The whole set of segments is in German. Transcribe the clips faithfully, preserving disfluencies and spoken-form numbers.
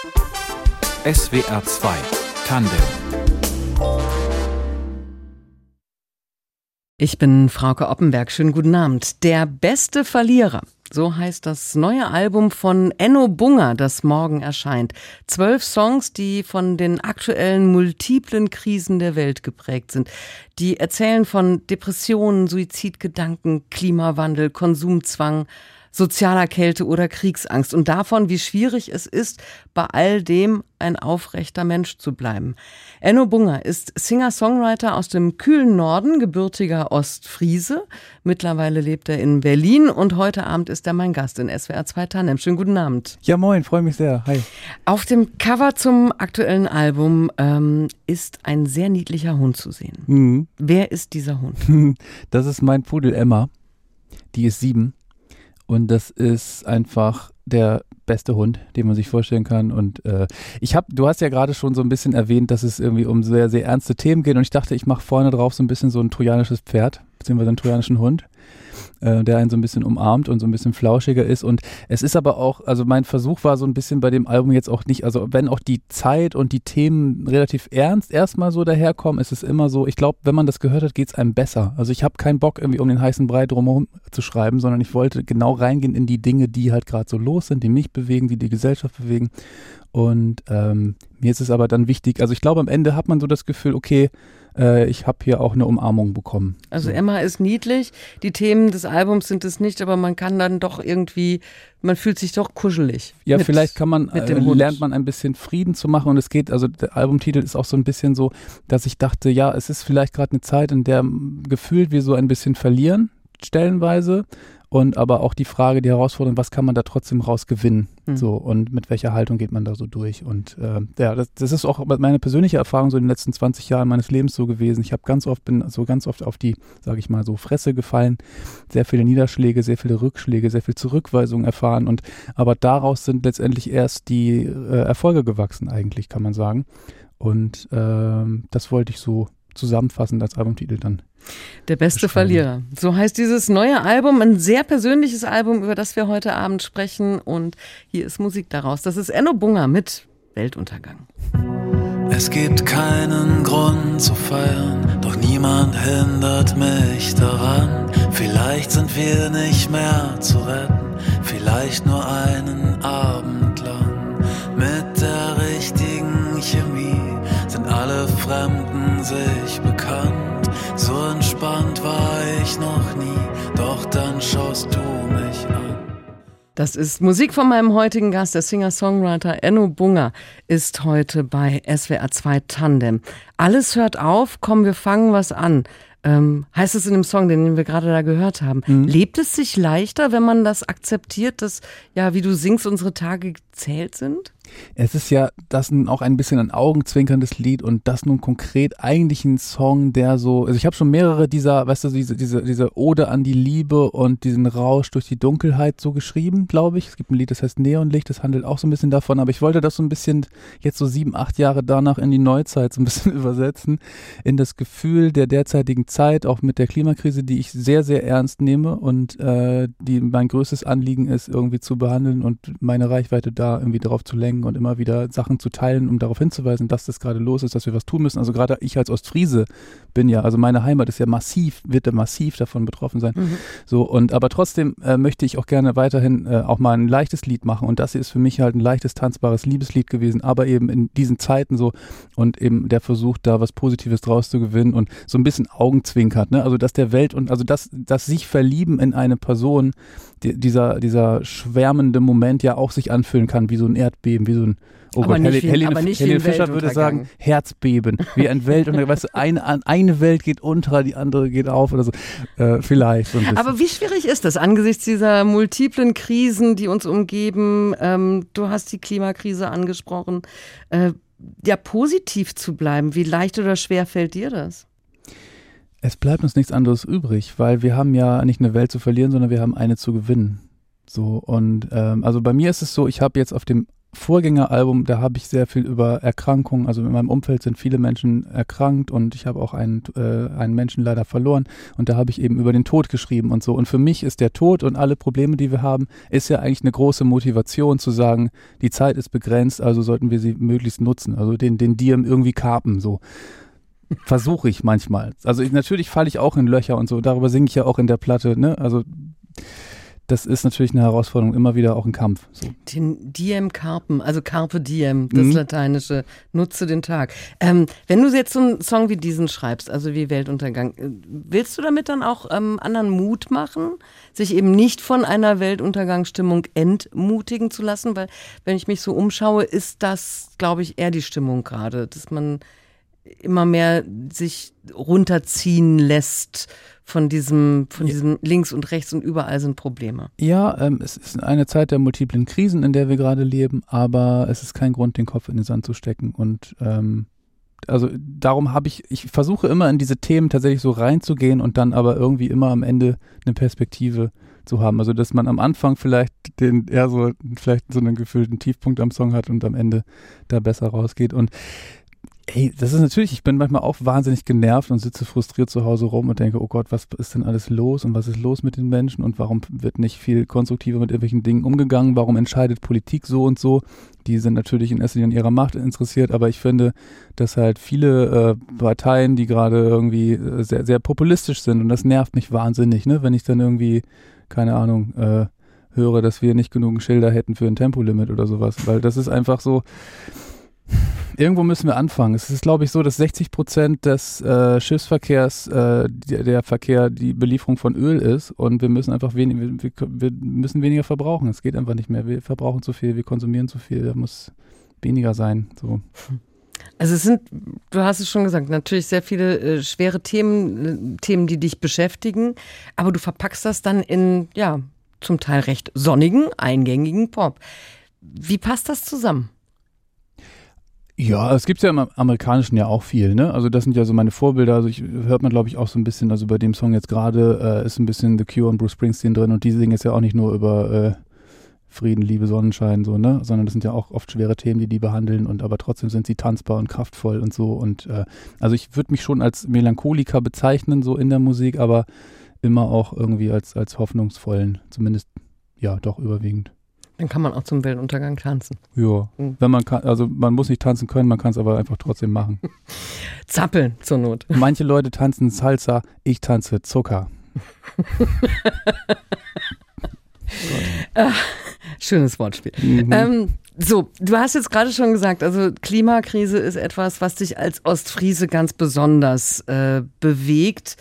S W R zwei Tandem. Ich bin Frauke Oppenberg. Schönen guten Abend. Der beste Verlierer. So heißt das neue Album von Enno Bunger, das morgen erscheint. Zwölf Songs, die von den aktuellen multiplen Krisen der Welt geprägt sind. Die erzählen von Depressionen, Suizidgedanken, Klimawandel, Konsumzwang, sozialer Kälte oder Kriegsangst und davon, wie schwierig es ist, bei all dem ein aufrechter Mensch zu bleiben. Enno Bunger ist Singer-Songwriter aus dem kühlen Norden, gebürtiger Ostfriese. Mittlerweile lebt er in Berlin und heute Abend ist er mein Gast in S W R zwei Tandem. Schönen guten Abend. Ja, moin, freue mich sehr. Hi. Auf dem Cover zum aktuellen Album ähm, ist ein sehr niedlicher Hund zu sehen. Mhm. Wer ist dieser Hund? Das ist mein Pudel Emma. Die ist sieben. Und das ist einfach der beste Hund, den man sich vorstellen kann. Und äh, ich habe, du hast ja gerade schon so ein bisschen erwähnt, dass es irgendwie um sehr, sehr ernste Themen geht. Und ich dachte, ich mache vorne drauf so ein bisschen so ein trojanisches Pferd, beziehungsweise einen trojanischen Hund, äh, der einen so ein bisschen umarmt und so ein bisschen flauschiger ist. Und es ist aber auch, also mein Versuch war so ein bisschen bei dem Album jetzt auch nicht, also wenn auch die Zeit und die Themen relativ ernst erstmal so daherkommen, ist es immer so, ich glaube, wenn man das gehört hat, geht es einem besser. Also ich habe keinen Bock irgendwie um den heißen Brei drumherum zu schreiben, sondern ich wollte genau reingehen in die Dinge, die halt gerade so los sind, die mich bewegen, die die Gesellschaft bewegen. Und ähm, mir ist es aber dann wichtig, also ich glaube, am Ende hat man so das Gefühl, okay, äh, ich habe hier auch eine Umarmung bekommen. Also so. Emma ist niedlich, die Themen des Albums sind es nicht, aber man kann dann doch irgendwie, man fühlt sich doch kuschelig. Ja, mit, vielleicht kann man, äh, lernt man ein bisschen Frieden zu machen und es geht, also der Albumtitel ist auch so ein bisschen so, dass ich dachte, ja, es ist vielleicht gerade eine Zeit, in der gefühlt wir so ein bisschen verlieren, stellenweise. Und aber auch die Frage, die Herausforderung, was kann man da trotzdem rausgewinnen? Mhm. So, und mit welcher Haltung geht man da so durch? Und äh, ja, das, das ist auch meine persönliche Erfahrung so in den letzten zwanzig Jahren meines Lebens so gewesen. Ich habe ganz oft, bin so ganz oft auf die, sage ich mal, so Fresse gefallen, sehr viele Niederschläge, sehr viele Rückschläge, sehr viel Zurückweisung erfahren. Und aber daraus sind letztendlich erst die äh, Erfolge gewachsen, eigentlich, kann man sagen. Und äh, das wollte ich so zusammenfassend als Albumtitel dann. Der beste Verlierer. So heißt dieses neue Album, ein sehr persönliches Album, über das wir heute Abend sprechen. Und hier ist Musik daraus. Das ist Enno Bunger mit Weltuntergang. Es gibt keinen Grund zu feiern, doch niemand hindert mich daran. Vielleicht sind wir nicht mehr zu retten, vielleicht nur einen Abend lang. Mit der richtigen Chemie sind alle Fremden sich bekannt. So entspannt war ich noch nie, doch dann schaust du mich an. Das ist Musik von meinem heutigen Gast, der Singer-Songwriter Enno Bunger ist heute bei S W R zwei Tandem. Alles hört auf, komm, wir fangen was an. Ähm, heißt es in dem Song, den wir gerade da gehört haben. Mhm. Lebt es sich leichter, wenn man das akzeptiert, dass, ja, wie du singst, unsere Tage gezählt sind? Es ist ja das nun auch ein bisschen ein augenzwinkerndes Lied und das nun konkret eigentlich ein Song, der so, also ich habe schon mehrere dieser, weißt du, diese, diese, diese Ode an die Liebe und diesen Rausch durch die Dunkelheit so geschrieben, glaube ich. Es gibt ein Lied, das heißt Neonlicht, das handelt auch so ein bisschen davon, aber ich wollte das so ein bisschen jetzt so sieben, acht Jahre danach in die Neuzeit so ein bisschen übersetzen, in das Gefühl der derzeitigen Zeit, auch mit der Klimakrise, die ich sehr, sehr ernst nehme und äh, die mein größtes Anliegen ist, irgendwie zu behandeln und meine Reichweite da irgendwie darauf zu lenken und immer wieder Sachen zu teilen, um darauf hinzuweisen, dass das gerade los ist, dass wir was tun müssen. Also gerade ich als Ostfriese bin ja, also meine Heimat ist ja massiv, wird ja massiv davon betroffen sein. Mhm. So, und aber trotzdem äh, möchte ich auch gerne weiterhin äh, auch mal ein leichtes Lied machen und das hier ist für mich halt ein leichtes, tanzbares Liebeslied gewesen, aber eben in diesen Zeiten so und eben der Versuch, da was Positives draus zu gewinnen und so ein bisschen Augenzwinkert, ne? Also dass der Welt und also dass, dass sich verlieben in eine Person, die, dieser, dieser schwärmende Moment ja auch sich anfühlen kann, wie so ein Erdbeben, wie so ein, oh aber Gott, nicht Helene, wie, Helene, aber nicht Helene wie Fischer würde sagen, Herzbeben, wie ein Weltuntergang, weißt du, eine, eine Welt geht unter, die andere geht auf oder so, äh, vielleicht so ein bisschen. Aber wie schwierig ist das angesichts dieser multiplen Krisen, die uns umgeben, ähm, du hast die Klimakrise angesprochen, äh, ja, positiv zu bleiben, wie leicht oder schwer fällt dir das? Es bleibt uns nichts anderes übrig, weil wir haben ja nicht eine Welt zu verlieren, sondern wir haben eine zu gewinnen. So und ähm, also bei mir ist es so, ich habe jetzt auf dem Vorgängeralbum, da habe ich sehr viel über Erkrankungen, also in meinem Umfeld sind viele Menschen erkrankt und ich habe auch einen, äh, einen Menschen leider verloren und da habe ich eben über den Tod geschrieben und so. Und für mich ist der Tod und alle Probleme, die wir haben, ist ja eigentlich eine große Motivation zu sagen, die Zeit ist begrenzt, also sollten wir sie möglichst nutzen, also den, den Diem irgendwie kapen, so. Versuche ich manchmal. Also ich, natürlich falle ich auch in Löcher und so, darüber singe ich ja auch in der Platte, ne, also das ist natürlich eine Herausforderung, immer wieder auch ein Kampf. So. Den Diem Carpem, also Carpe Diem, das mhm. lateinische, nutze den Tag. Ähm, wenn du jetzt so einen Song wie diesen schreibst, also wie Weltuntergang, willst du damit dann auch ähm, anderen Mut machen, sich eben nicht von einer Weltuntergangsstimmung entmutigen zu lassen? Weil, wenn ich mich so umschaue, ist das, glaube ich, eher die Stimmung gerade, dass man immer mehr sich runterziehen lässt von diesem, von diesem links und rechts und überall sind Probleme. Ja, ähm, es ist eine Zeit der multiplen Krisen, in der wir gerade leben, aber es ist kein Grund, den Kopf in den Sand zu stecken und ähm, also darum habe ich, ich versuche immer in diese Themen tatsächlich so reinzugehen und dann aber irgendwie immer am Ende eine Perspektive zu haben. Also dass man am Anfang vielleicht den eher so, vielleicht so einen gefühlten Tiefpunkt am Song hat und am Ende da besser rausgeht und ey, das ist natürlich, ich bin manchmal auch wahnsinnig genervt und sitze frustriert zu Hause rum und denke, oh Gott, was ist denn alles los und was ist los mit den Menschen und warum wird nicht viel konstruktiver mit irgendwelchen Dingen umgegangen, warum entscheidet Politik so und so? Die sind natürlich in erster Linie an ihrer Macht interessiert, aber ich finde, dass halt viele äh, Parteien, die gerade irgendwie äh, sehr, sehr populistisch sind und das nervt mich wahnsinnig, ne, wenn ich dann irgendwie, keine Ahnung, äh, höre, dass wir nicht genug Schilder hätten für ein Tempolimit oder sowas, weil das ist einfach so, irgendwo müssen wir anfangen. Es ist, glaube ich, so, dass sechzig Prozent des äh, Schiffsverkehrs, äh, der, der Verkehr, die Belieferung von Öl ist und wir müssen einfach wenig, wir, wir müssen weniger verbrauchen. Es geht einfach nicht mehr. Wir verbrauchen zu viel, wir konsumieren zu viel. Da muss weniger sein. So. Also es sind, du hast es schon gesagt, natürlich sehr viele äh, schwere Themen, äh, Themen, die dich beschäftigen, aber du verpackst das dann in, ja, zum Teil recht sonnigen, eingängigen Pop. Wie passt das zusammen? Ja, es gibt ja im Amerikanischen ja auch viel, ne? Also das sind ja so meine Vorbilder. Also ich hört man, glaube ich, auch so ein bisschen, also bei dem Song jetzt gerade äh, ist ein bisschen The Cure und Bruce Springsteen drin und die singen jetzt ja auch nicht nur über äh, Frieden, Liebe, Sonnenschein, so, ne? Sondern das sind ja auch oft schwere Themen, die die behandeln und aber trotzdem sind sie tanzbar und kraftvoll und so und äh, also ich würde mich schon als Melancholiker bezeichnen, so in der Musik, aber immer auch irgendwie als, als hoffnungsvollen, zumindest, ja, doch überwiegend. Dann kann man auch zum Weltuntergang tanzen. Ja, mhm. wenn man kann, also man muss nicht tanzen können, man kann es aber einfach trotzdem machen. Zappeln zur Not. Manche Leute tanzen Salsa, ich tanze Zucker. Ach, schönes Wortspiel. Mhm. Ähm, so, du hast jetzt gerade schon gesagt, also Klimakrise ist etwas, was dich als Ostfriese ganz besonders äh, bewegt.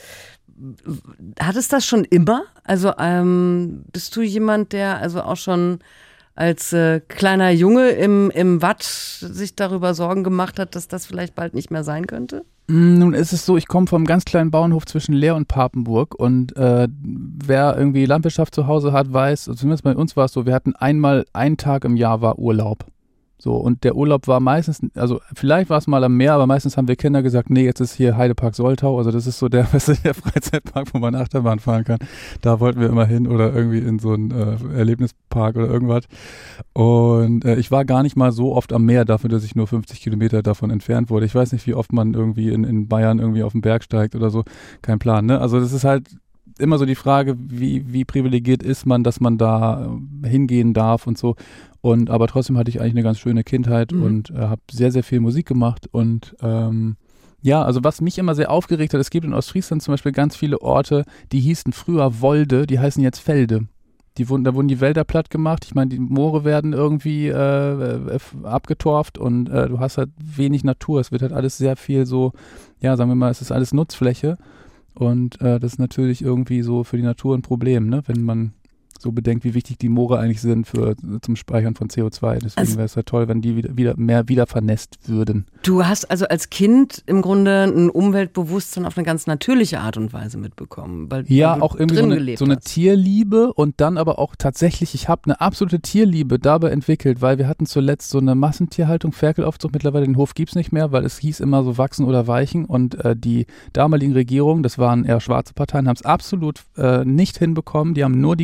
Hat es das schon immer? Also ähm, bist du jemand, der also auch schon als äh, kleiner Junge im, im Watt sich darüber Sorgen gemacht hat, dass das vielleicht bald nicht mehr sein könnte? Nun ist es so, ich komme vom ganz kleinen Bauernhof zwischen Leer und Papenburg und äh, wer irgendwie Landwirtschaft zu Hause hat, weiß, zumindest bei uns war es so, wir hatten einmal, einen Tag im Jahr war Urlaub. So, und der Urlaub war meistens, also vielleicht war es mal am Meer, aber meistens haben wir Kinder gesagt, nee, jetzt ist hier Heidepark Soltau, also das ist so der, weißt du, der Freizeitpark, wo man Achterbahn fahren kann. Da wollten wir immer hin oder irgendwie in so einen äh, Erlebnispark oder irgendwas. Und äh, ich war gar nicht mal so oft am Meer dafür, dass ich nur fünfzig Kilometer davon entfernt wurde. Ich weiß nicht, wie oft man irgendwie in, in Bayern irgendwie auf den Berg steigt oder so, kein Plan, ne? Also das ist halt immer so die Frage, wie, wie privilegiert ist man, dass man da hingehen darf und so. Und aber trotzdem hatte ich eigentlich eine ganz schöne Kindheit mhm. und äh, habe sehr, sehr viel Musik gemacht. Und ähm, ja, also was mich immer sehr aufgeregt hat, es gibt in Ostfriesland zum Beispiel ganz viele Orte, die hießen früher Wolde, die heißen jetzt Felde. Die wurden, da wurden die Wälder platt gemacht. Ich meine, die Moore werden irgendwie äh, abgetorft und äh, du hast halt wenig Natur. Es wird halt alles sehr viel so, ja, sagen wir mal, es ist alles Nutzfläche. Und äh, das ist natürlich irgendwie so für die Natur ein Problem, ne? Wenn man so bedenkt, wie wichtig die Moore eigentlich sind für, zum Speichern von C O zwei. Deswegen also, wäre es ja toll, wenn die wieder, wieder mehr wieder vernässt würden. Du hast also als Kind im Grunde ein Umweltbewusstsein auf eine ganz natürliche Art und Weise mitbekommen. Weil, ja, weil du auch irgendwie so eine, so eine Tierliebe und dann aber auch tatsächlich, ich habe eine absolute Tierliebe dabei entwickelt, weil wir hatten zuletzt so eine Massentierhaltung, Ferkelaufzucht, mittlerweile den Hof gibt's nicht mehr, weil es hieß immer so wachsen oder weichen und äh, die damaligen Regierungen, das waren eher schwarze Parteien, haben es absolut äh, nicht hinbekommen. Die haben nur die großen Höfe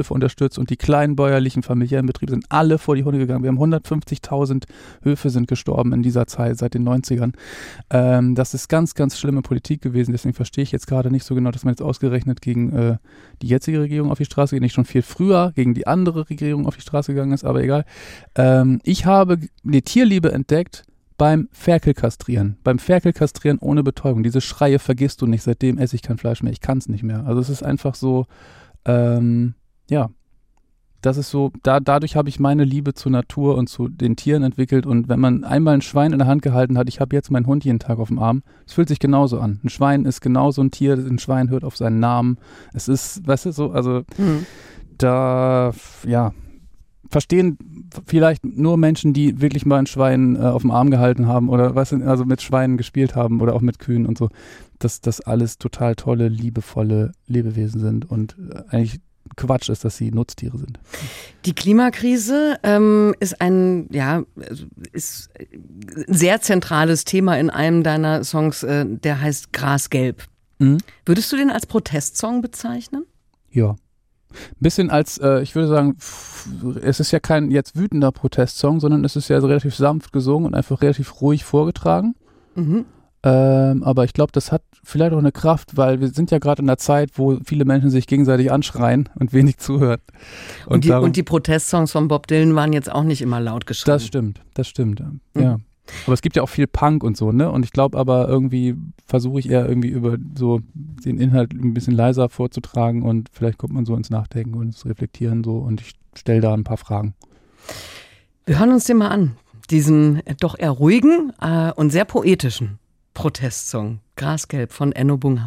Bauernhöfe unterstützt und die kleinen bäuerlichen familiären Betriebe sind alle vor die Hunde gegangen. Wir haben hundertfünfzigtausend Höfe sind gestorben in dieser Zeit, seit den neunzigern. Ähm, das ist ganz, ganz schlimme Politik gewesen. Deswegen verstehe ich jetzt gerade nicht so genau, dass man jetzt ausgerechnet gegen äh, die jetzige Regierung auf die Straße geht, nicht schon viel früher gegen die andere Regierung auf die Straße gegangen ist, aber egal. Ähm, ich habe die Tierliebe entdeckt beim Ferkelkastrieren. Beim Ferkelkastrieren ohne Betäubung. Diese Schreie vergisst du nicht. Seitdem esse ich kein Fleisch mehr. Ich kann es nicht mehr. Also es ist einfach so, ähm, ja, das ist so, da, dadurch habe ich meine Liebe zur Natur und zu den Tieren entwickelt. Und wenn man einmal ein Schwein in der Hand gehalten hat, ich habe jetzt meinen Hund jeden Tag auf dem Arm, es fühlt sich genauso an. Ein Schwein ist genauso ein Tier, ein Schwein hört auf seinen Namen. Es ist, weißt du, so, also mhm. da, ja, verstehen vielleicht nur Menschen, die wirklich mal ein Schwein äh, auf dem Arm gehalten haben oder was, also mit Schweinen gespielt haben oder auch mit Kühen und so, dass das alles total tolle, liebevolle Lebewesen sind und äh, eigentlich Quatsch ist, dass sie Nutztiere sind. Die Klimakrise ähm, ist ein, ja, ist ein sehr zentrales Thema in einem deiner Songs, äh, der heißt Grasgelb. Mhm. Würdest du den als Protestsong bezeichnen? Ja. Ein bisschen als, äh, ich würde sagen, pff, es ist ja kein jetzt wütender Protestsong, sondern es ist ja so relativ sanft gesungen und einfach relativ ruhig vorgetragen. Mhm. Ähm, aber ich glaube, das hat vielleicht auch eine Kraft, weil wir sind ja gerade in einer Zeit, wo viele Menschen sich gegenseitig anschreien und wenig zuhören. Und, und, die, darum, und die Protestsongs von Bob Dylan waren jetzt auch nicht immer laut geschrieben. Das stimmt, das stimmt, mhm. ja. Aber es gibt ja auch viel Punk und so, ne? Und ich glaube aber irgendwie versuche ich eher irgendwie über so den Inhalt ein bisschen leiser vorzutragen und vielleicht kommt man so ins Nachdenken und ins Reflektieren so und ich stelle da ein paar Fragen. Wir hören uns den mal an, diesen doch eher ruhigen äh, und sehr poetischen Protestsong Grasgelb von Enno Bunga.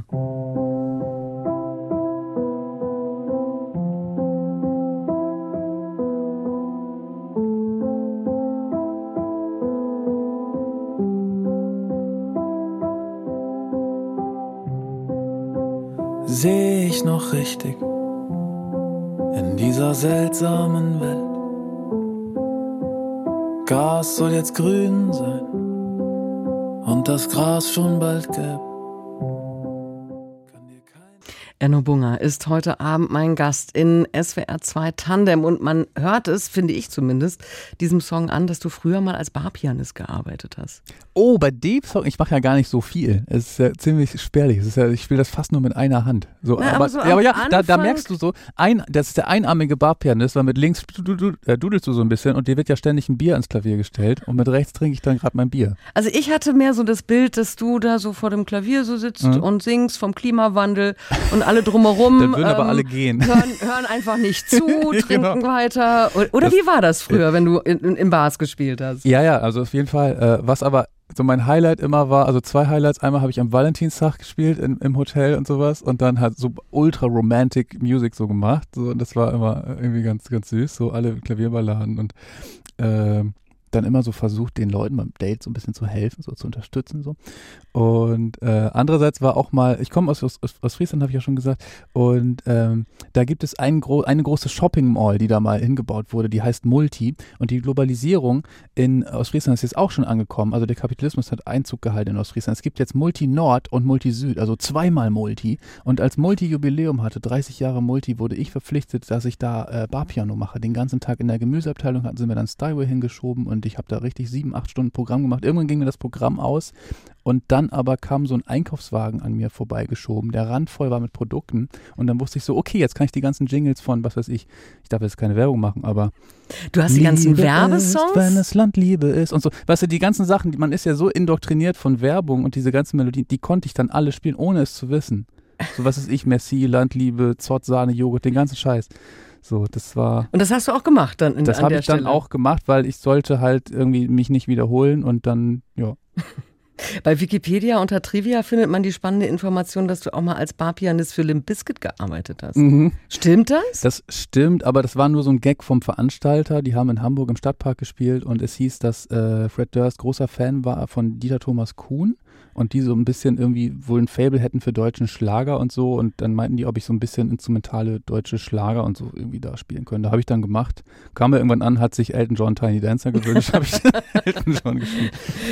Sehe ich noch richtig in dieser seltsamen Welt? Gras soll jetzt grün sein und das Gras schon bald gelb. Enno Bunga ist heute Abend mein Gast in S W R zwei Tandem und man hört es, finde ich zumindest, diesem Song an, dass du früher mal als Barpianist gearbeitet hast. Oh, bei dem Song, ich mache ja gar nicht so viel. Es ist ja ziemlich spärlich. Es ist ja, ich spiele das fast nur mit einer Hand. So, Na, aber, aber, so ja, aber ja, da, da Anfang merkst du so, ein, das ist der einarmige Barpianist, weil mit links du, du, du, äh, dudelst du so ein bisschen und dir wird ja ständig ein Bier ans Klavier gestellt und mit rechts trinke ich dann gerade mein Bier. Also ich hatte mehr so das Bild, dass du da so vor dem Klavier so sitzt mhm. und singst vom Klimawandel und alle drumherum dann würden ähm, aber alle gehen. Hören, hören einfach nicht zu, trinken genau. weiter. Oder das, wie war das früher, wenn du in, in, in Bars gespielt hast? Ja, ja, also auf jeden Fall. Äh, was aber so mein Highlight immer war, also zwei Highlights. Einmal habe ich am Valentinstag gespielt in, im Hotel und sowas und dann halt so ultra romantic Music so gemacht. So, und das war immer irgendwie ganz, ganz süß. So alle Klavierballaden und äh, dann immer so versucht, den Leuten beim Date so ein bisschen zu helfen, so zu unterstützen. So. Und äh, andererseits war auch mal, ich komme aus, aus, aus Friesland, habe ich ja schon gesagt, und ähm, da gibt es ein gro- eine große Shopping-Mall, die da mal hingebaut wurde, die heißt Multi. Und die Globalisierung in Ostfriesland ist jetzt auch schon angekommen. Also der Kapitalismus hat Einzug gehalten in Ostfriesland. Es gibt jetzt Multi Nord und Multi Süd, also zweimal Multi. Und als Multi Jubiläum hatte, dreißig Jahre Multi, wurde ich verpflichtet, dass ich da äh, Barpiano mache. Den ganzen Tag in der Gemüseabteilung hatten sie mir dann Styleway hingeschoben und ich habe da richtig sieben, acht Stunden Programm gemacht. Irgendwann ging mir das Programm aus und dann aber kam so ein Einkaufswagen an mir vorbeigeschoben, der randvoll war mit Produkten und dann wusste ich so, okay, jetzt kann ich die ganzen Jingles von, was weiß ich, ich darf jetzt keine Werbung machen, aber du hast die ganzen Liebe Werbesongs? Ist, wenn es Land Liebe ist und so. Weißt du, die ganzen Sachen, man ist ja so indoktriniert von Werbung und diese ganzen Melodien, die konnte ich dann alle spielen, ohne es zu wissen. So, was ist ich, Merci, Landliebe, Zott, Sahne, Joghurt, den ganzen Scheiß. So, das war. Und das hast du auch gemacht dann in, das an der Das habe ich dann auch gemacht, weil ich sollte halt irgendwie mich nicht wiederholen und dann, ja. Bei Wikipedia unter Trivia findet man die spannende Information, dass du auch mal als Barpianist für Limp Bizkit gearbeitet hast. Mhm. Stimmt das? Das stimmt, aber das war nur so ein Gag vom Veranstalter. Die haben in Hamburg im Stadtpark gespielt und es hieß, dass äh, Fred Durst großer Fan war von Dieter Thomas Kuhn und die so ein bisschen irgendwie wohl ein Faible hätten für deutschen Schlager und so und dann meinten die, ob ich so ein bisschen instrumentale deutsche Schlager und so irgendwie da spielen könnte. Habe ich dann gemacht. Kam mir irgendwann an, hat sich Elton John Tiny Dancer gewünscht, habe ich Elton John gespielt.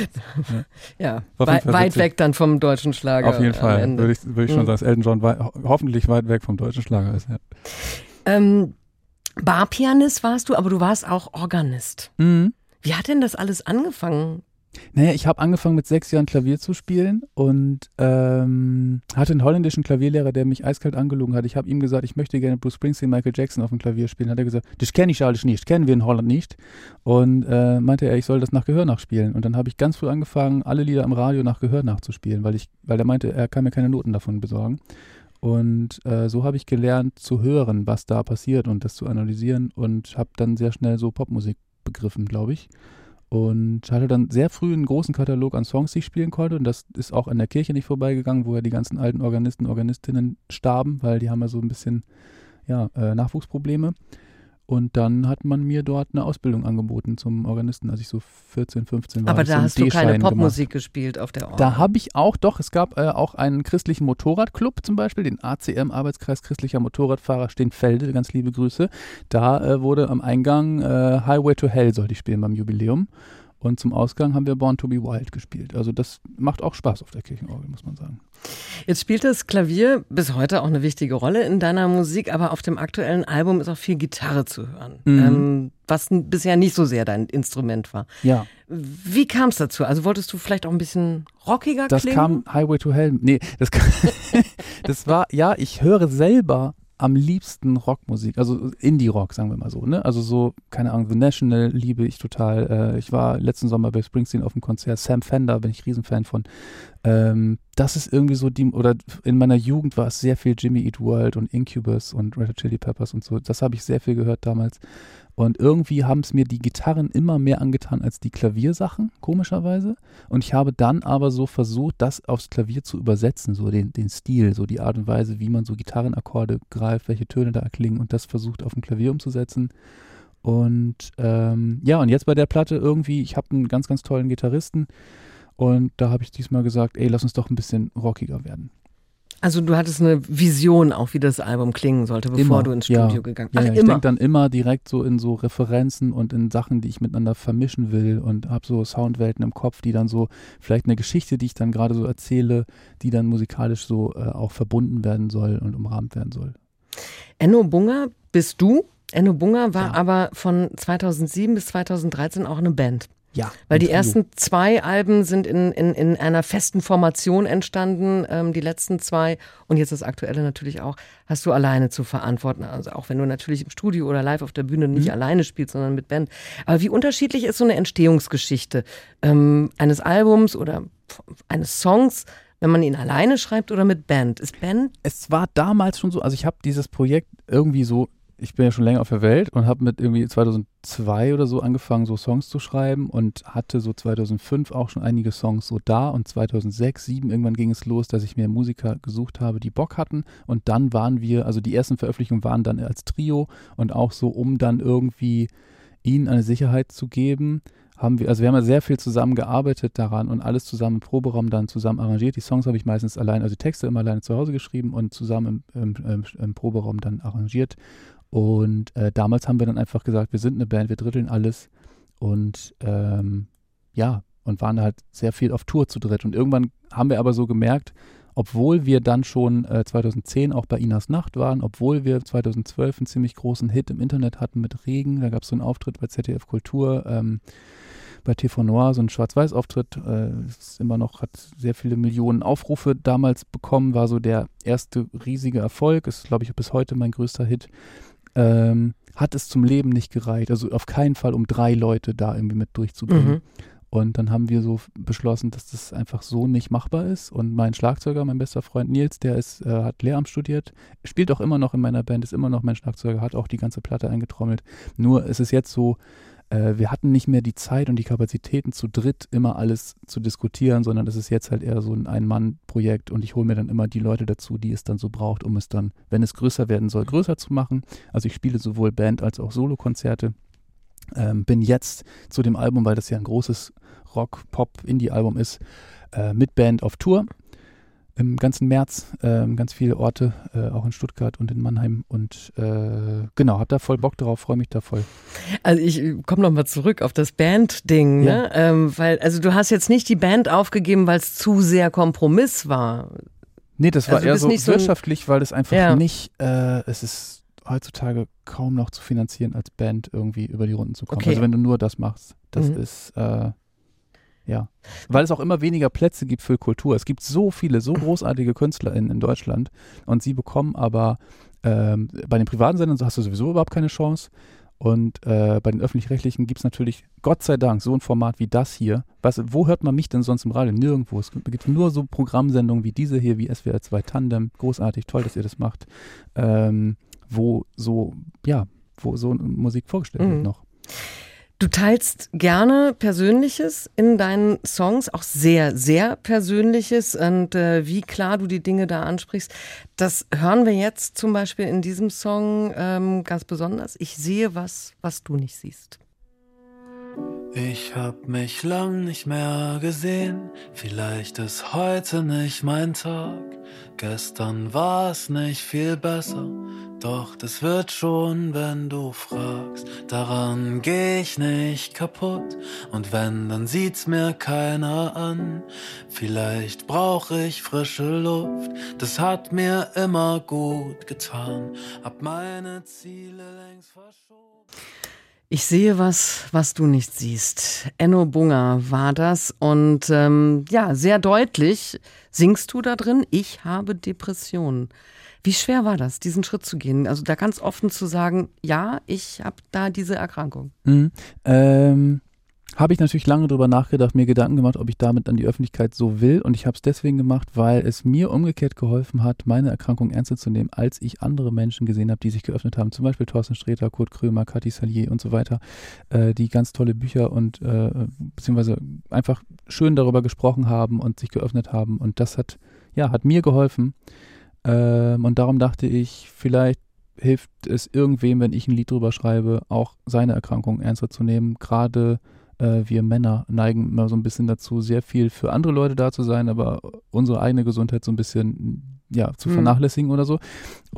Ja, ja wei- weit witzig. Weg dann vom deutschen Schlager. Auf jeden Fall, würde ich, würd ich schon mhm. sagen, dass Elton John wei- hoffentlich weit weg vom deutschen Schlager ist. Ja. Ähm, Barpianist warst du, aber du warst auch Organist. Mhm. Wie hat denn das alles angefangen? Naja, ich habe angefangen mit sechs Jahren Klavier zu spielen und ähm, hatte einen holländischen Klavierlehrer, der mich eiskalt angelogen hat. Ich habe ihm gesagt, ich möchte gerne Bruce Springsteen, Michael Jackson auf dem Klavier spielen. Hat er gesagt, das kenne ich alles nicht, kennen wir in Holland nicht. Und äh, meinte er, ich soll das nach Gehör nachspielen. Und dann habe ich ganz früh angefangen, alle Lieder im Radio nach Gehör nachzuspielen, weil ich, weil er meinte, er kann mir keine Noten davon besorgen. Und äh, so habe ich gelernt zu hören, was da passiert und das zu analysieren und habe dann sehr schnell so Popmusik begriffen, glaube ich. Und hatte dann sehr früh einen großen Katalog an Songs, die ich spielen konnte. Und das ist auch an der Kirche nicht vorbeigegangen, wo ja die ganzen alten Organisten, Organistinnen starben, weil die haben ja so ein bisschen ja, äh, Nachwuchsprobleme. Und dann hat man mir dort eine Ausbildung angeboten zum Organisten, als ich so vierzehn, fünfzehn war. Aber da so hast du keine Popmusik gemacht. gespielt auf der Orgel. Da habe ich auch, doch, es gab äh, auch einen christlichen Motorradclub zum Beispiel, den A C M, Arbeitskreis christlicher Motorradfahrer Steenfelde, ganz liebe Grüße. Da äh, wurde am Eingang äh, Highway to Hell sollte ich spielen beim Jubiläum. Und zum Ausgang haben wir Born to be Wild gespielt. Also das macht auch Spaß auf der Kirchenorgel, muss man sagen. Jetzt spielt das Klavier bis heute auch eine wichtige Rolle in deiner Musik, aber auf dem aktuellen Album ist auch viel Gitarre zu hören, mhm. ähm, was n- bisher nicht so sehr dein Instrument war. Ja. Wie kam es dazu? Also wolltest du vielleicht auch ein bisschen rockiger das klingen? Das kam Highway to Hell. Nee, das, kam das war, ja, ich höre selber am liebsten Rockmusik, also Indie-Rock, sagen wir mal so, ne? Also so, keine Ahnung, The National liebe ich total. Äh, ich war letzten Sommer bei Springsteen auf dem Konzert, Sam Fender bin ich Riesenfan von. Ähm, das ist irgendwie so die, oder in meiner Jugend war es sehr viel Jimmy Eat World und Incubus und Red Hot Chili Peppers und so. Das habe ich sehr viel gehört damals. Und irgendwie haben es mir die Gitarren immer mehr angetan als die Klaviersachen, komischerweise. Und ich habe dann aber so versucht, das aufs Klavier zu übersetzen, so den, den Stil, so die Art und Weise, wie man so Gitarrenakkorde greift, welche Töne da erklingen und das versucht auf dem Klavier umzusetzen. Und ähm, ja, und jetzt bei der Platte irgendwie, ich habe einen ganz, ganz tollen Gitarristen und da habe ich diesmal gesagt, ey, lass uns doch ein bisschen rockiger werden. Also du hattest eine Vision auch, wie das Album klingen sollte, bevor immer, du ins Studio ja, gegangen bist. Ach, Ja, ich immer. denke dann immer direkt so in so Referenzen und in Sachen, die ich miteinander vermischen will und habe so Soundwelten im Kopf, die dann so, vielleicht eine Geschichte, die ich dann gerade so erzähle, die dann musikalisch so äh, auch verbunden werden soll und umrahmt werden soll. Enno Bunger bist du. Enno Bunger war Ja. aber von zweitausendsieben bis zweitausenddreizehn auch eine Band. Ja. Weil die Trio. ersten zwei Alben sind in, in, in einer festen Formation entstanden, ähm, die letzten zwei und jetzt das aktuelle natürlich auch, hast du alleine zu verantworten. Also auch wenn du natürlich im Studio oder live auf der Bühne nicht mhm. alleine spielst, sondern mit Band. Aber wie unterschiedlich ist so eine Entstehungsgeschichte ähm, eines Albums oder eines Songs, wenn man ihn alleine schreibt oder mit Band? Ist Band? Es war damals schon so, also ich habe dieses Projekt irgendwie so, ich bin ja schon länger auf der Welt und habe mit irgendwie zweitausendzwei oder so angefangen, so Songs zu schreiben und hatte so zweitausendfünf auch schon einige Songs so da und zweitausendsechs, zweitausendsieben irgendwann ging es los, dass ich mir Musiker gesucht habe, die Bock hatten und dann waren wir, also die ersten Veröffentlichungen waren dann als Trio und auch so, um dann irgendwie ihnen eine Sicherheit zu geben, haben wir, also wir haben ja sehr viel zusammengearbeitet daran und alles zusammen im Proberaum dann zusammen arrangiert. Die Songs habe ich meistens allein, also die Texte immer alleine zu Hause geschrieben und zusammen im, im, im, im Proberaum dann arrangiert. Und äh, damals haben wir dann einfach gesagt, wir sind eine Band, wir dritteln alles und ähm, ja, und waren halt sehr viel auf Tour zu dritt. Und irgendwann haben wir aber so gemerkt, obwohl wir dann schon äh, zweitausendzehn auch bei Inas Nacht waren, obwohl wir zweitausendzwölf einen ziemlich großen Hit im Internet hatten mit Regen, da gab es so einen Auftritt bei Z D F Kultur, ähm, bei T V Noir, so ein Schwarz-Weiß-Auftritt, äh, ist immer noch, hat sehr viele Millionen Aufrufe damals bekommen, war so der erste riesige Erfolg, ist glaube ich bis heute mein größter Hit. Ähm, hat es zum Leben nicht gereicht. Also auf keinen Fall, um drei Leute da irgendwie mit durchzubringen. Mhm. Und dann haben wir so beschlossen, dass das einfach so nicht machbar ist. Und mein Schlagzeuger, mein bester Freund Nils, der ist, äh, hat Lehramt studiert, spielt auch immer noch in meiner Band, ist immer noch mein Schlagzeuger, hat auch die ganze Platte eingetrommelt. Nur ist es jetzt so, äh, wir hatten nicht mehr die Zeit und die Kapazitäten zu dritt immer alles zu diskutieren, sondern es ist jetzt halt eher so ein Ein-Mann-Projekt und ich hole mir dann immer die Leute dazu, die es dann so braucht, um es dann, wenn es größer werden soll, größer zu machen. Also ich spiele sowohl Band- als auch Solokonzerte. Ähm, bin jetzt zu dem Album, weil das ja ein großes Rock-Pop-Indie-Album ist, äh, mit Band auf Tour. Im ganzen März, äh, ganz viele Orte, äh, auch in Stuttgart und in Mannheim und äh, genau, hab da voll Bock drauf, freue mich da voll. Also ich komme nochmal zurück auf das Band-Ding, ja. ne? Ähm, weil, also du hast jetzt nicht die Band aufgegeben, weil es zu sehr Kompromiss war. Nee, das war also eher so nicht so wirtschaftlich, weil es einfach ja. nicht, äh, es ist heutzutage kaum noch zu finanzieren, als Band irgendwie über die Runden zu kommen. Okay. Also wenn du nur das machst, das Mhm. ist, äh, ja. Weil es auch immer weniger Plätze gibt für Kultur. Es gibt so viele, so großartige KünstlerInnen in Deutschland und sie bekommen aber ähm, bei den privaten Sendern hast du sowieso überhaupt keine Chance. Und äh, bei den Öffentlich-Rechtlichen gibt es natürlich, Gott sei Dank, so ein Format wie das hier. Was, wo hört man mich denn sonst im Radio? Nirgendwo. Es gibt nur so Programmsendungen wie diese hier, wie S W R zwei Tandem. Großartig, toll, dass ihr das macht. Ähm, wo so, ja, wo so Musik vorgestellt Mhm. wird noch. Du teilst gerne Persönliches in deinen Songs, auch sehr, sehr Persönliches und äh, wie klar du die Dinge da ansprichst, das hören wir jetzt zum Beispiel in diesem Song ähm, ganz besonders. Ich sehe was, was du nicht siehst. Ich hab mich lang nicht mehr gesehen, vielleicht ist heute nicht mein Tag. Gestern war's nicht viel besser, doch das wird schon, wenn du fragst. Daran geh ich nicht kaputt, und wenn, dann sieht's mir keiner an. Vielleicht brauch ich frische Luft, das hat mir immer gut getan. Hab meine Ziele längst verschoben. Ich sehe was, was du nicht siehst. Enno Bunger war das und ähm, ja, sehr deutlich singst du da drin, ich habe Depressionen. Wie schwer war das, diesen Schritt zu gehen? Also da ganz offen zu sagen, ja, ich habe da diese Erkrankung. Mhm. Ähm, habe ich natürlich lange drüber nachgedacht, mir Gedanken gemacht, ob ich damit an die Öffentlichkeit so will, und ich habe es deswegen gemacht, weil es mir umgekehrt geholfen hat, meine Erkrankung ernster zu nehmen, als ich andere Menschen gesehen habe, die sich geöffnet haben, zum Beispiel Thorsten Sträter, Kurt Krömer, Kathi Salier und so weiter, äh, die ganz tolle Bücher und äh, beziehungsweise einfach schön darüber gesprochen haben und sich geöffnet haben, und das hat, ja, hat mir geholfen, ähm, und darum dachte ich, vielleicht hilft es irgendwem, wenn ich ein Lied drüber schreibe, auch seine Erkrankung ernster zu nehmen. Gerade äh, wir Männer neigen immer so ein bisschen dazu, sehr viel für andere Leute da zu sein, aber unsere eigene Gesundheit so ein bisschen ja, zu Mhm. vernachlässigen oder so.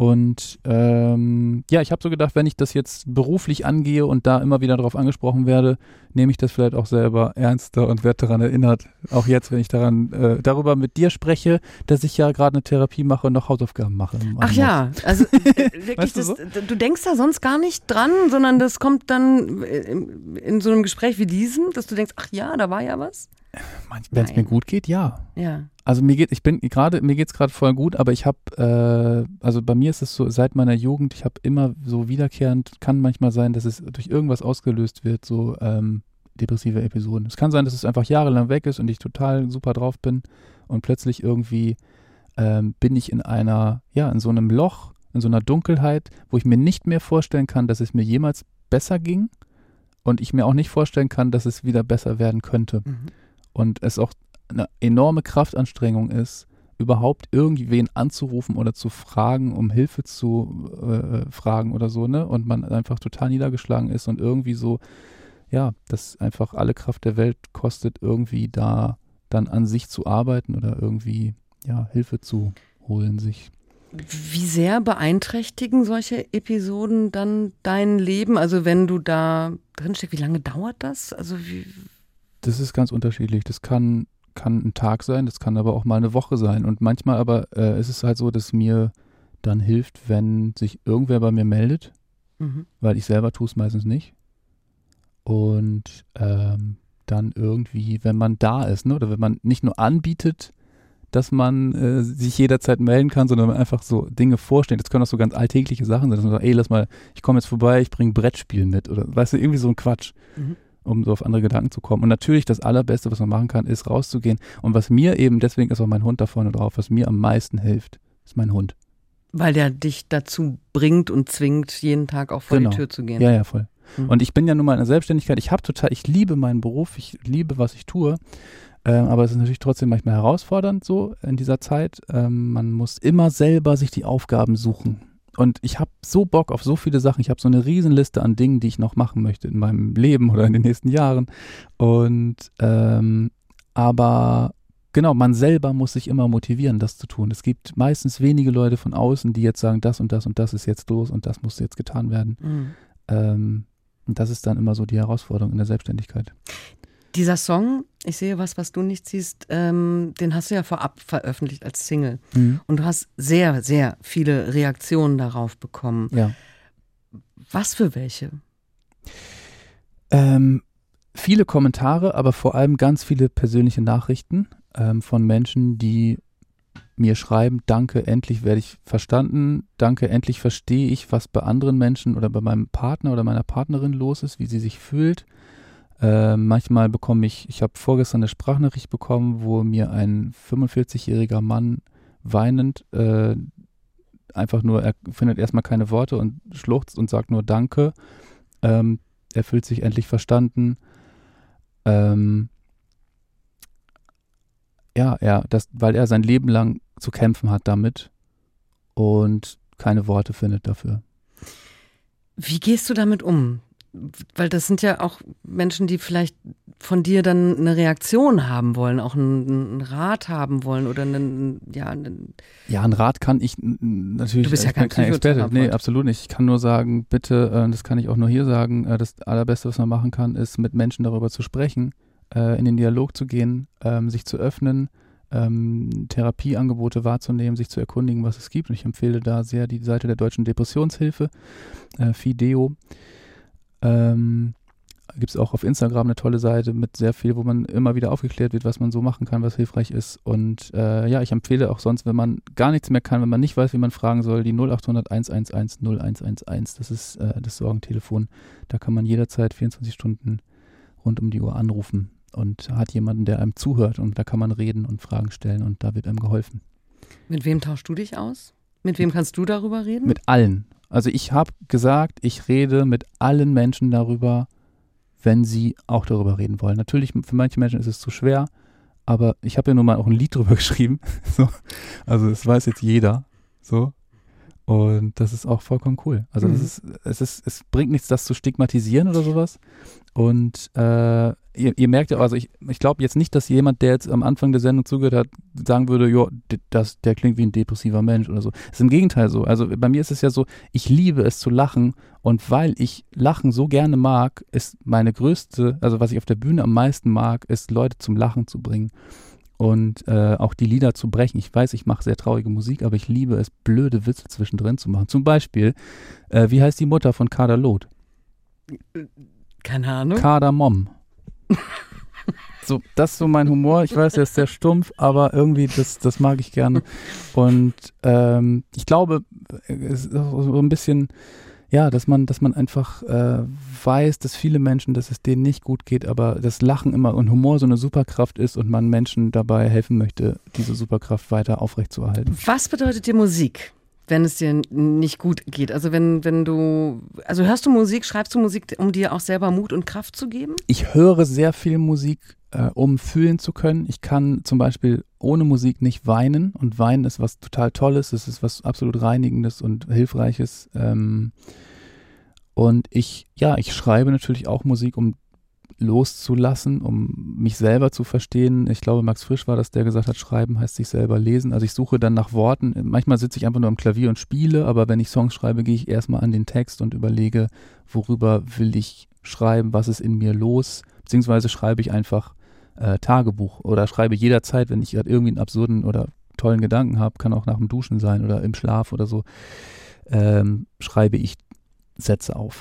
Und ähm, ja, ich habe so gedacht, wenn ich das jetzt beruflich angehe und da immer wieder darauf angesprochen werde, nehme ich das vielleicht auch selber ernster und werde daran erinnert, auch jetzt, wenn ich daran äh, darüber mit dir spreche, dass ich ja gerade eine Therapie mache und noch Hausaufgaben mache. Ach ja, also äh, wirklich, Weißt du das, so? du denkst da sonst gar nicht dran, sondern das kommt dann in, in so einem Gespräch wie diesem, dass du denkst, ach ja, da war ja was. Wenn es mir Nein. gut geht, ja. Ja. Also mir geht, ich bin gerade, mir geht's gerade voll gut, aber ich habe, äh, also bei mir ist es so, seit meiner Jugend, ich habe immer so wiederkehrend, kann manchmal sein, dass es durch irgendwas ausgelöst wird, so ähm, depressive Episoden. Es kann sein, dass es einfach jahrelang weg ist und ich total super drauf bin und plötzlich irgendwie ähm, bin ich in einer, ja, in so einem Loch, in so einer Dunkelheit, wo ich mir nicht mehr vorstellen kann, dass es mir jemals besser ging, und ich mir auch nicht vorstellen kann, dass es wieder besser werden könnte. Mhm. Und es auch eine enorme Kraftanstrengung ist, überhaupt irgendwen anzurufen oder zu fragen, um Hilfe zu äh, fragen oder so, ne? Und man einfach total niedergeschlagen ist und irgendwie so, ja, das einfach alle Kraft der Welt kostet, irgendwie da dann an sich zu arbeiten oder irgendwie, ja, Hilfe zu holen sich. Wie sehr beeinträchtigen solche Episoden dann dein Leben? Also wenn du da drin steckst, wie lange dauert das? Also wie Das ist ganz unterschiedlich. Das kann, kann ein Tag sein, das kann aber auch mal eine Woche sein. Und manchmal aber äh, ist es halt so, dass mir dann hilft, wenn sich irgendwer bei mir meldet, mhm. weil ich selber tue es meistens nicht. Und ähm, dann irgendwie, wenn man da ist, ne, oder wenn man nicht nur anbietet, dass man äh, sich jederzeit melden kann, sondern einfach so Dinge vorstellt. Das können auch so ganz alltägliche Sachen sein, dass man sagt, ey, lass mal, ich komme jetzt vorbei, ich bringe Brettspiel mit, oder weißt du, irgendwie so ein Quatsch. Mhm. Um so auf andere Gedanken zu kommen. Und natürlich das Allerbeste, was man machen kann, ist rauszugehen. Und was mir eben, deswegen ist auch mein Hund da vorne drauf, was mir am meisten hilft, ist mein Hund. Weil der dich dazu bringt und zwingt, jeden Tag auch vor Genau. die Tür zu gehen. Ja, ja, voll. Mhm. Und ich bin ja nun mal in der Selbstständigkeit. Ich habe total, ich liebe meinen Beruf, ich liebe, was ich tue. Ähm, aber es ist natürlich trotzdem manchmal herausfordernd so in dieser Zeit. Ähm, man muss immer selber sich die Aufgaben suchen. Und ich habe so Bock auf so viele Sachen. Ich habe so eine Riesenliste an Dingen, die ich noch machen möchte in meinem Leben oder in den nächsten Jahren. Und ähm, aber genau, man selber muss sich immer motivieren, das zu tun. Es gibt meistens wenige Leute von außen, die jetzt sagen, das und das und das ist jetzt los und das muss jetzt getan werden. Mhm. Ähm, und das ist dann immer so die Herausforderung in der Selbstständigkeit. Dieser Song, ich sehe was, was du nicht siehst, ähm, den hast du ja vorab veröffentlicht als Single. Mhm. Und du hast sehr, sehr viele Reaktionen darauf bekommen. Ja. Was für welche? Ähm, viele Kommentare, aber vor allem ganz viele persönliche Nachrichten ähm, von Menschen, die mir schreiben, danke, endlich werde ich verstanden, danke, endlich verstehe ich, was bei anderen Menschen oder bei meinem Partner oder meiner Partnerin los ist, wie sie sich fühlt. Äh, manchmal bekomme ich, ich habe vorgestern eine Sprachnachricht bekommen, wo mir ein fünfundvierzigjähriger Mann weinend äh, einfach nur, er findet erstmal keine Worte und schluchzt und sagt nur Danke. Ähm, er fühlt sich endlich verstanden. Ähm, ja, er, das, weil er sein Leben lang zu kämpfen hat damit und keine Worte findet dafür. Wie gehst du damit um? Weil das sind ja auch Menschen, die vielleicht von dir dann eine Reaktion haben wollen, auch einen, einen Rat haben wollen oder einen, ja, einen Ja, einen Rat kann ich natürlich, du bist ja ich bin kein kein Experte. Psychotherapeut. Nee, absolut nicht. Ich kann nur sagen, bitte, äh, das kann ich auch nur hier sagen, äh, das Allerbeste, was man machen kann, ist mit Menschen darüber zu sprechen, äh, in den Dialog zu gehen, ähm, sich zu öffnen, ähm, Therapieangebote wahrzunehmen, sich zu erkundigen, was es gibt. Und ich empfehle da sehr die Seite der Deutschen Depressionshilfe, äh, Fideo. Ähm, gibt es auch auf Instagram eine tolle Seite mit sehr viel, wo man immer wieder aufgeklärt wird, was man so machen kann, was hilfreich ist. Und äh, ja, ich empfehle auch sonst, wenn man gar nichts mehr kann, wenn man nicht weiß, wie man fragen soll, die null achthundert eins eins eins null eins eins eins. Das ist äh, das Sorgentelefon. Da kann man jederzeit vierundzwanzig Stunden rund um die Uhr anrufen und hat jemanden, der einem zuhört, und da kann man reden und Fragen stellen und da wird einem geholfen. Mit wem tauschst du dich aus? Mit wem kannst du darüber reden? Mit allen. Also ich habe gesagt, ich rede mit allen Menschen darüber, wenn sie auch darüber reden wollen. Natürlich, für manche Menschen ist es zu schwer, aber ich habe ja nun mal auch ein Lied drüber geschrieben. So. Also das weiß jetzt jeder. So. Und das ist auch vollkommen cool. Also das ist, es ist, es bringt nichts, das zu stigmatisieren oder sowas. Und äh, ihr, ihr merkt ja, also ich, ich glaube jetzt nicht, dass jemand, der jetzt am Anfang der Sendung zugehört hat, sagen würde, jo, das, der klingt wie ein depressiver Mensch oder so. Es ist im Gegenteil so. Also bei mir ist es ja so, ich liebe es zu lachen, und weil ich Lachen so gerne mag, ist meine größte, also was ich auf der Bühne am meisten mag, ist Leute zum Lachen zu bringen. Und äh, auch die Lieder zu brechen. Ich weiß, ich mache sehr traurige Musik, aber ich liebe es, blöde Witze zwischendrin zu machen. Zum Beispiel, äh, wie heißt die Mutter von Kader Loth? Keine Ahnung. Kardamom. So, das ist so mein Humor. Ich weiß, der ist sehr stumpf, aber irgendwie, das, das mag ich gerne. Und ähm, ich glaube, es ist so ein bisschen, ja, dass man, dass man einfach äh, weiß, dass viele Menschen, dass es denen nicht gut geht, aber das Lachen immer und Humor so eine Superkraft ist und man Menschen dabei helfen möchte, diese Superkraft weiter aufrechtzuerhalten. Was bedeutet dir Musik, wenn es dir nicht gut geht? Also wenn, wenn du, also hörst du Musik, schreibst du Musik, um dir auch selber Mut und Kraft zu geben? Ich höre sehr viel Musik, äh, um fühlen zu können. Ich kann zum Beispiel ohne Musik nicht weinen, und Weinen ist was total Tolles, es ist was absolut Reinigendes und Hilfreiches. Ähm, und ich, ja, ich schreibe natürlich auch Musik, um loszulassen, um mich selber zu verstehen. Ich glaube, Max Frisch war das, der gesagt hat, schreiben heißt sich selber lesen. Also ich suche dann nach Worten. Manchmal sitze ich einfach nur am Klavier und spiele, aber wenn ich Songs schreibe, gehe ich erstmal an den Text und überlege, worüber will ich schreiben, was ist in mir los, beziehungsweise schreibe ich einfach äh, Tagebuch oder schreibe jederzeit, wenn ich gerade irgendwie einen absurden oder tollen Gedanken habe, kann auch nach dem Duschen sein oder im Schlaf oder so, ähm, schreibe ich Sätze auf.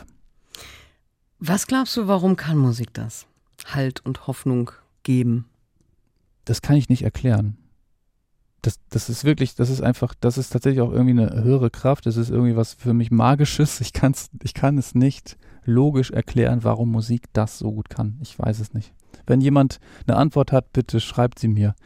Was glaubst du, warum kann Musik das? Halt und Hoffnung geben? Das kann ich nicht erklären. Das, das ist wirklich, das ist einfach, das ist tatsächlich auch irgendwie eine höhere Kraft. Das ist irgendwie was für mich Magisches. Ich kann's, ich kann es nicht logisch erklären, warum Musik das so gut kann. Ich weiß es nicht. Wenn jemand eine Antwort hat, bitte schreibt sie mir.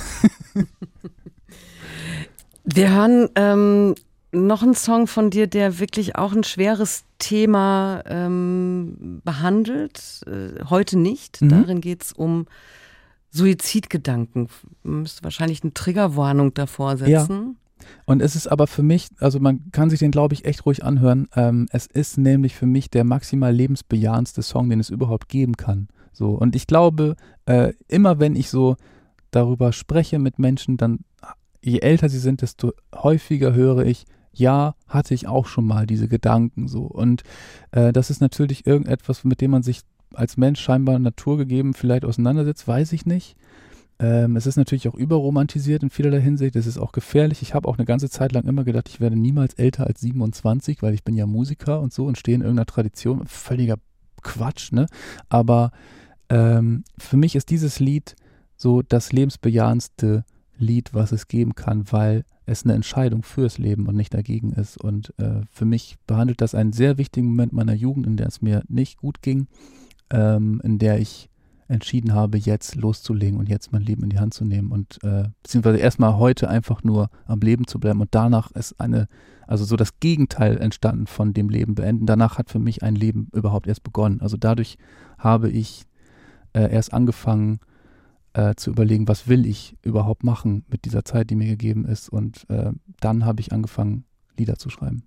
Wir hören ähm, noch einen Song von dir, der wirklich auch ein schweres Thema ähm, behandelt. Äh, heute nicht. Mhm. Darin geht es um Suizidgedanken. Man müsste wahrscheinlich eine Triggerwarnung davor setzen. Ja. Und es ist aber für mich, also man kann sich den, glaube ich, echt ruhig anhören. Ähm, es ist nämlich für mich der maximal lebensbejahendste Song, den es überhaupt geben kann. So. Und ich glaube, äh, immer wenn ich so darüber spreche mit Menschen, dann, je älter sie sind, desto häufiger höre ich, ja, hatte ich auch schon mal diese Gedanken so. Und äh, das ist natürlich irgendetwas, mit dem man sich als Mensch scheinbar naturgegeben vielleicht auseinandersetzt, weiß ich nicht. Ähm, es ist natürlich auch überromantisiert in vielerlei Hinsicht. Es ist auch gefährlich. Ich habe auch eine ganze Zeit lang immer gedacht, ich werde niemals älter als siebenundzwanzig, weil ich bin ja Musiker und so und stehe in irgendeiner Tradition. Völliger Quatsch, ne? Aber ähm, für mich ist dieses Lied so das lebensbejahendste Lied, was es geben kann, weil es eine Entscheidung fürs Leben und nicht dagegen ist. Und äh, für mich behandelt das einen sehr wichtigen Moment meiner Jugend, in der es mir nicht gut ging, ähm, in der ich entschieden habe, jetzt loszulegen und jetzt mein Leben in die Hand zu nehmen und äh, beziehungsweise erstmal heute einfach nur am Leben zu bleiben und danach ist eine, also so das Gegenteil entstanden von dem Leben beenden. Danach hat für mich ein Leben überhaupt erst begonnen. Also dadurch habe ich äh, erst angefangen äh, zu überlegen, was will ich überhaupt machen mit dieser Zeit, die mir gegeben ist und äh, dann habe ich angefangen, Lieder zu schreiben.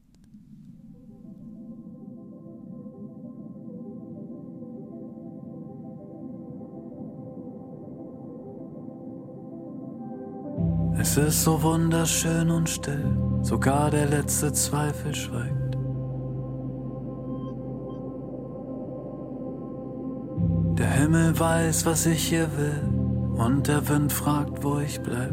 Es ist so wunderschön und still, sogar der letzte Zweifel schweigt. Der Himmel weiß, was ich hier will, und der Wind fragt, wo ich bleib.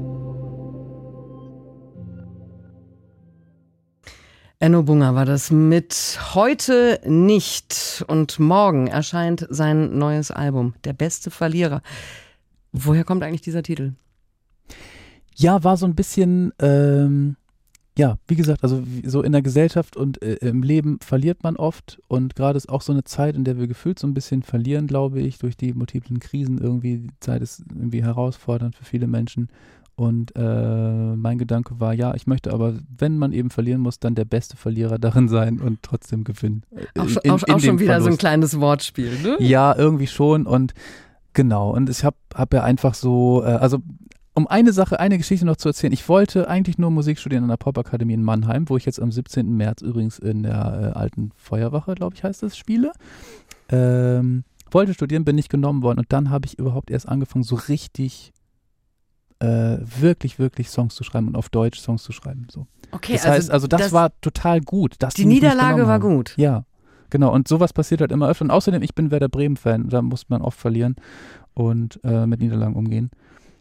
Enno Bunger war das mit Heute nicht und morgen erscheint sein neues Album, Der beste Verlierer. Woher kommt eigentlich dieser Titel? Ja, war so ein bisschen, ähm, ja, wie gesagt, also so in der Gesellschaft und äh, im Leben verliert man oft und gerade ist auch so eine Zeit, in der wir gefühlt so ein bisschen verlieren, glaube ich, durch die multiplen Krisen irgendwie. Die Zeit ist irgendwie herausfordernd für viele Menschen und äh, mein Gedanke war, ja, ich möchte aber, wenn man eben verlieren muss, dann der beste Verlierer darin sein und trotzdem gewinnen. Auch, in, schon, in, auch, in auch schon wieder Verlust. so ein kleines Wortspiel, ne? Ja, irgendwie schon und genau und ich habe hab ja einfach so, äh, also um eine Sache, eine Geschichte noch zu erzählen. Ich wollte eigentlich nur Musik studieren an der Popakademie in Mannheim, wo ich jetzt am siebzehnten März übrigens in der äh, alten Feuerwache, glaube ich, heißt das, spiele. Ähm, wollte studieren, bin nicht genommen worden und dann habe ich überhaupt erst angefangen, so richtig, äh, wirklich, wirklich Songs zu schreiben und auf Deutsch Songs zu schreiben. So. Okay, das also heißt, also das, das war total gut. Dass die die mich nicht Niederlage genommen war haben. gut. Ja, genau. Und sowas passiert halt immer öfter. Und außerdem, ich bin Werder Bremen-Fan. Da muss man oft verlieren und äh, mit Niederlagen umgehen.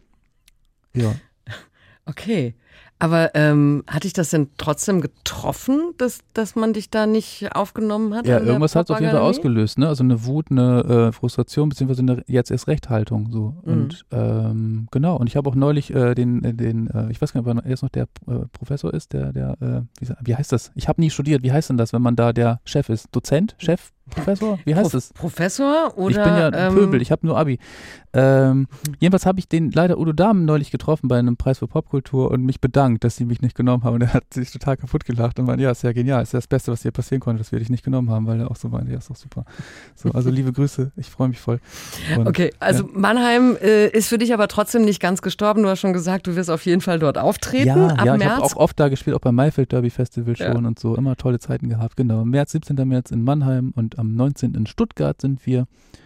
Ja. Okay, aber ähm, hat dich das denn trotzdem getroffen, dass, dass man dich da nicht aufgenommen hat? Ja, irgendwas hat es auf jeden Fall ausgelöst, ne? Also eine Wut, eine äh, Frustration, beziehungsweise eine jetzt erst Recht-Haltung. So. Mhm. Und ähm, genau, und ich habe auch neulich äh, den, den äh, ich weiß gar nicht, ob er jetzt noch der äh, Professor ist, der, der, äh, wie, wie heißt das? Ich habe nie studiert, wie heißt denn das, wenn man da der Chef ist? Dozent? Chef? Professor? Wie heißt es? Pro- Professor oder? Ich bin ja ein ähm, Pöbel, ich habe nur Abi. Ähm, jedenfalls habe ich den leider Udo Dahmen neulich getroffen bei einem Preis für Popkultur und mich bedankt, dass sie mich nicht genommen haben. Und er hat sich total kaputt gelacht und meinte, ja, ist ja genial, ist ja das Beste, was dir passieren konnte, dass wir dich nicht genommen haben, weil er auch so meinte, ja, ist doch super. So, also liebe Grüße, ich freue mich voll. Und, okay, also ja. Mannheim äh, ist für dich aber trotzdem nicht ganz gestorben. Du hast schon gesagt, du wirst auf jeden Fall dort auftreten. Ja, ab ja, ich März. habe auch oft da gespielt, auch beim Maifeld Derby Festival schon Ja. und so, immer tolle Zeiten gehabt. Genau, März, siebzehnten März in Mannheim und am neunzehnten in Stuttgart sind wir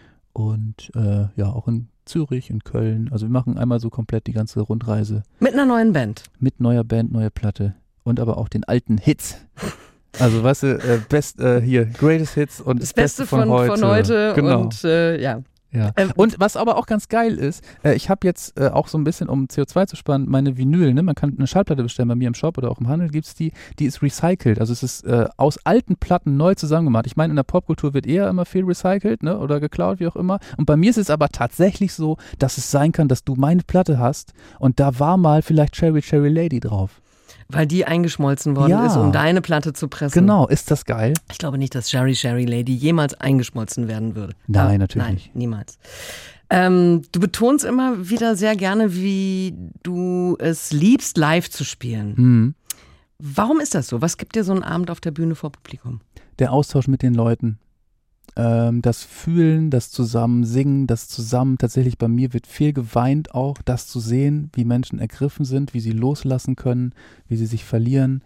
und äh, ja, auch in Zürich, in Köln. Also wir machen einmal so komplett die ganze Rundreise. Mit einer neuen Band. Mit neuer Band, neue Platte und aber auch den alten Hits. Also weißt du, äh, best, äh, hier, Greatest Hits und Das, das Beste, Beste von, von heute. von heute Genau. und äh, ja. Ja. Ähm, Und was aber auch ganz geil ist, äh, ich habe jetzt äh, auch so ein bisschen, um C O zwei zu sparen, meine Vinyl, ne? Man kann eine Schallplatte bestellen bei mir im Shop oder auch im Handel gibt's die, die ist recycelt. Also es ist äh, aus alten Platten neu zusammengemacht. Ich meine, in der Popkultur wird eher immer viel recycelt, ne? Oder geklaut, wie auch immer. Und bei mir ist es aber tatsächlich so, dass es sein kann, dass du meine Platte hast und da war mal vielleicht Cherry Cherry Lady drauf. Weil die eingeschmolzen worden Ja. ist, um deine Platte zu pressen. Genau, ist das geil? Ich glaube nicht, dass Sherry Sherry Lady jemals eingeschmolzen werden würde. Nein, Aber, natürlich nein, nicht. Niemals. Ähm, du betonst immer wieder sehr gerne, wie du es liebst, live zu spielen. Mhm. Warum ist das so? Was gibt dir so ein Abend auf der Bühne vor Publikum? Der Austausch mit den Leuten. Ähm, das Fühlen, das Zusammensingen, das zusammen, tatsächlich bei mir wird viel geweint auch, das zu sehen, wie Menschen ergriffen sind, wie sie loslassen können, wie sie sich verlieren.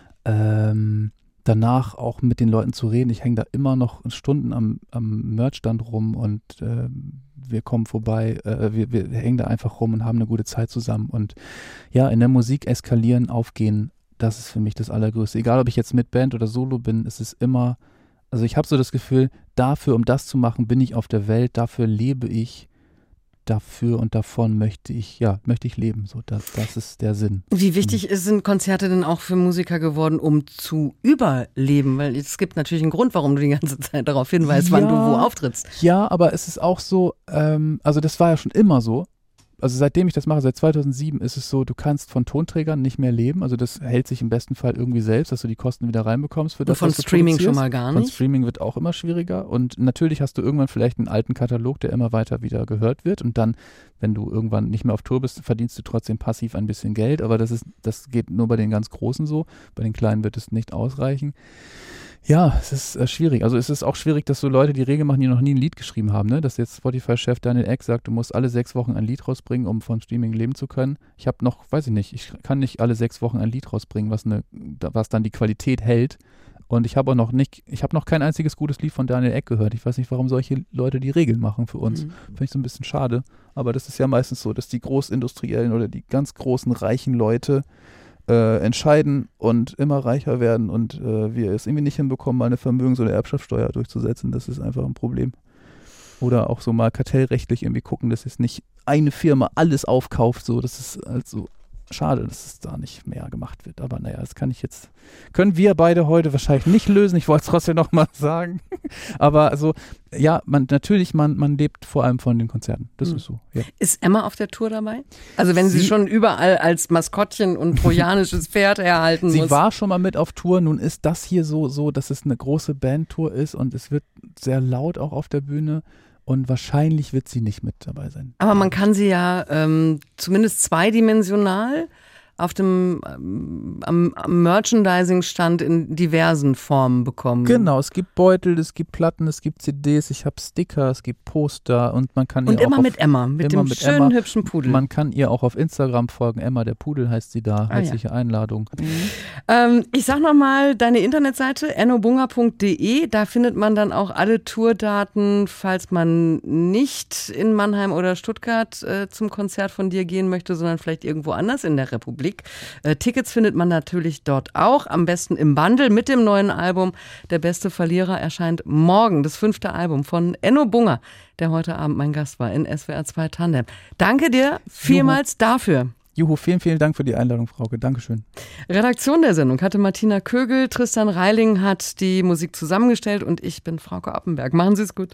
Ähm, danach auch mit den Leuten zu reden. Ich hänge da immer noch Stunden am, am Merchstand rum und äh, wir kommen vorbei, äh, wir, wir hängen da einfach rum und haben eine gute Zeit zusammen. Und ja, in der Musik eskalieren, aufgehen, das ist für mich das Allergrößte. Egal, ob ich jetzt mit Band oder Solo bin, es ist immer, also ich habe so das Gefühl, dafür, um das zu machen, bin ich auf der Welt, dafür lebe ich dafür und davon möchte ich, ja, möchte ich leben. So, das, das ist der Sinn. Wie wichtig mhm. sind Konzerte denn auch für Musiker geworden, um zu überleben? Weil es gibt natürlich einen Grund, warum du die ganze Zeit darauf hinweist, ja, wann du wo auftrittst. Ja, aber es ist auch so, ähm, also das war ja schon immer so. Also seitdem ich das mache, seit zweitausendsieben, ist es so, du kannst von Tonträgern nicht mehr leben. Also das hält sich im besten Fall irgendwie selbst, dass du die Kosten wieder reinbekommst. Für das, und von was du Streaming schon mal gar nicht. Von Streaming wird auch immer schwieriger. Und natürlich hast du irgendwann vielleicht einen alten Katalog, der immer weiter wieder gehört wird. Und dann, wenn du irgendwann nicht mehr auf Tour bist, verdienst du trotzdem passiv ein bisschen Geld. Aber das ist, das geht nur bei den ganz Großen so. Bei den Kleinen wird es nicht ausreichen. Ja, es ist äh, schwierig. Also es ist auch schwierig, dass so Leute die Regel machen, die noch nie ein Lied geschrieben haben, ne? Dass jetzt Spotify-Chef Daniel Ek sagt, du musst alle sechs Wochen ein Lied rausbringen, um von Streaming leben zu können. Ich habe noch, weiß ich nicht, ich kann nicht alle sechs Wochen ein Lied rausbringen, was, eine, was dann die Qualität hält. Und ich habe auch noch nicht, ich habe noch kein einziges gutes Lied von Daniel Ek gehört. Ich weiß nicht, warum solche Leute die Regeln machen für uns. Mhm. Finde ich so ein bisschen schade. Aber das ist ja meistens so, dass die Großindustriellen oder die ganz großen reichen Leute Äh, entscheiden und immer reicher werden und äh, wir es irgendwie nicht hinbekommen, mal eine Vermögens- oder Erbschaftssteuer durchzusetzen. Das ist einfach ein Problem. Oder auch so mal kartellrechtlich irgendwie gucken, dass jetzt nicht eine Firma alles aufkauft. So, das ist also schade, dass es da nicht mehr gemacht wird. Aber naja, das kann ich jetzt, können wir beide heute wahrscheinlich nicht lösen. Ich wollte es trotzdem nochmal sagen. Aber also, ja, man natürlich, man, man lebt vor allem von den Konzerten. Das mhm. ist so. Ja. Ist Emma auf der Tour dabei? Also wenn sie, sie schon überall als Maskottchen und trojanisches Pferd erhalten sie muss. Sie war schon mal mit auf Tour. Nun ist das hier so, so, dass es eine große Bandtour ist und es wird sehr laut auch auf der Bühne. Und wahrscheinlich wird sie nicht mit dabei sein. Aber man kann sie ja ähm, zumindest zweidimensional auf dem ähm, am, am Merchandising-Stand in diversen Formen bekommen. Genau, es gibt Beutel, es gibt Platten, es gibt C Ds, ich habe Sticker, es gibt Poster und man kann und ihr immer auch mit auf, Emma, mit dem mit schönen, Emma. hübschen Pudel. Man kann ihr auch auf Instagram folgen, Emma der Pudel heißt sie da, ah, herzliche ja. Einladung. Mhm. Ähm, ich sag nochmal deine Internetseite ennobunga punkt de, da findet man dann auch alle Tourdaten, falls man nicht in Mannheim oder Stuttgart äh, zum Konzert von dir gehen möchte, sondern vielleicht irgendwo anders in der Republik. Äh, Tickets findet man natürlich dort auch, am besten im Bundle mit dem neuen Album. Der beste Verlierer erscheint morgen, das fünfte Album von Enno Bunga, der heute Abend mein Gast war in S W R zwei Tandem. Danke dir vielmals Juhu. dafür. Juhu, vielen, vielen Dank für die Einladung, Frauke. Dankeschön. Redaktion der Sendung hatte Martina Kögel, Tristan Reiling hat die Musik zusammengestellt und ich bin Frauke Oppenberg. Machen Sie es gut.